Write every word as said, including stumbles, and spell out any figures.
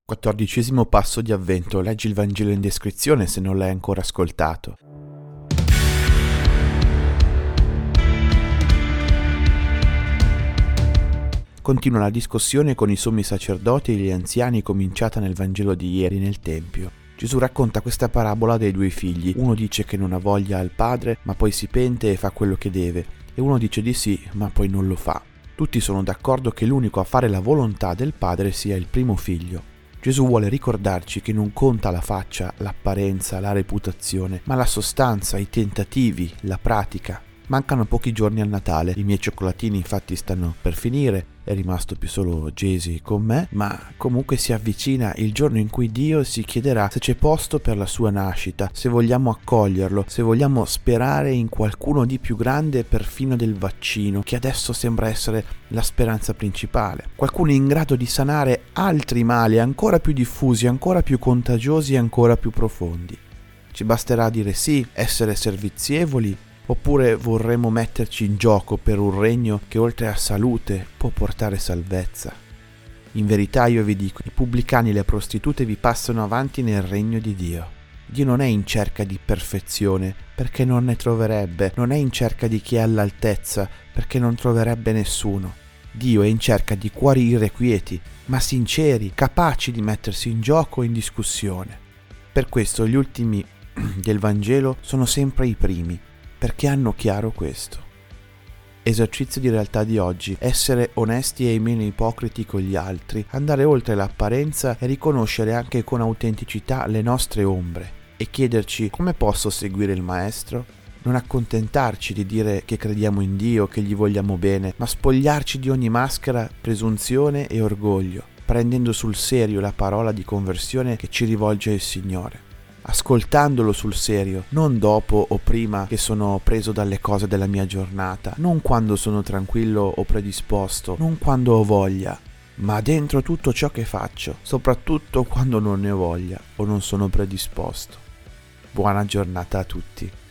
Quattordicesimo passo di Avvento. Leggi il Vangelo in descrizione se non l'hai ancora ascoltato. Continua la discussione con i sommi sacerdoti e gli anziani cominciata nel Vangelo di ieri nel Tempio. Gesù racconta questa parabola dei due figli. Uno dice che non ha voglia al padre, ma poi si pente e fa quello che deve, e uno dice di sì, ma poi non lo fa. Tutti sono d'accordo che l'unico a fare la volontà del padre sia il primo figlio. Gesù vuole ricordarci che non conta la faccia, l'apparenza, la reputazione, ma la sostanza, i tentativi, la pratica. Mancano pochi giorni al Natale, i miei cioccolatini infatti stanno per finire, è rimasto più solo Gesi con me, ma comunque si avvicina il giorno in cui Dio si chiederà se c'è posto per la sua nascita, se vogliamo accoglierlo, se vogliamo sperare in qualcuno di più grande perfino del vaccino, che adesso sembra essere la speranza principale. Qualcuno in grado di sanare altri mali ancora più diffusi, ancora più contagiosi e ancora più profondi. Ci basterà dire sì, essere servizievoli, oppure vorremmo metterci in gioco per un regno che oltre a salute può portare salvezza. In verità io vi dico, i pubblicani e le prostitute vi passano avanti nel regno di Dio. Dio non è in cerca di perfezione, perché non ne troverebbe, non è in cerca di chi è all'altezza, perché non troverebbe nessuno. Dio è in cerca di cuori irrequieti, ma sinceri, capaci di mettersi in gioco e in discussione. Per questo gli ultimi del Vangelo sono sempre i primi, perché hanno chiaro questo. Esercizio di realtà di oggi: essere onesti e meno ipocriti con gli altri, andare oltre l'apparenza e riconoscere anche con autenticità le nostre ombre e chiederci come posso seguire il Maestro? Non accontentarci di dire che crediamo in Dio, che gli vogliamo bene, ma spogliarci di ogni maschera, presunzione e orgoglio, prendendo sul serio la parola di conversione che ci rivolge il Signore. Ascoltandolo sul serio, non dopo o prima che sono preso dalle cose della mia giornata, non quando sono tranquillo o predisposto, non quando ho voglia, ma dentro tutto ciò che faccio, soprattutto quando non ne ho voglia o non sono predisposto. Buona giornata a tutti.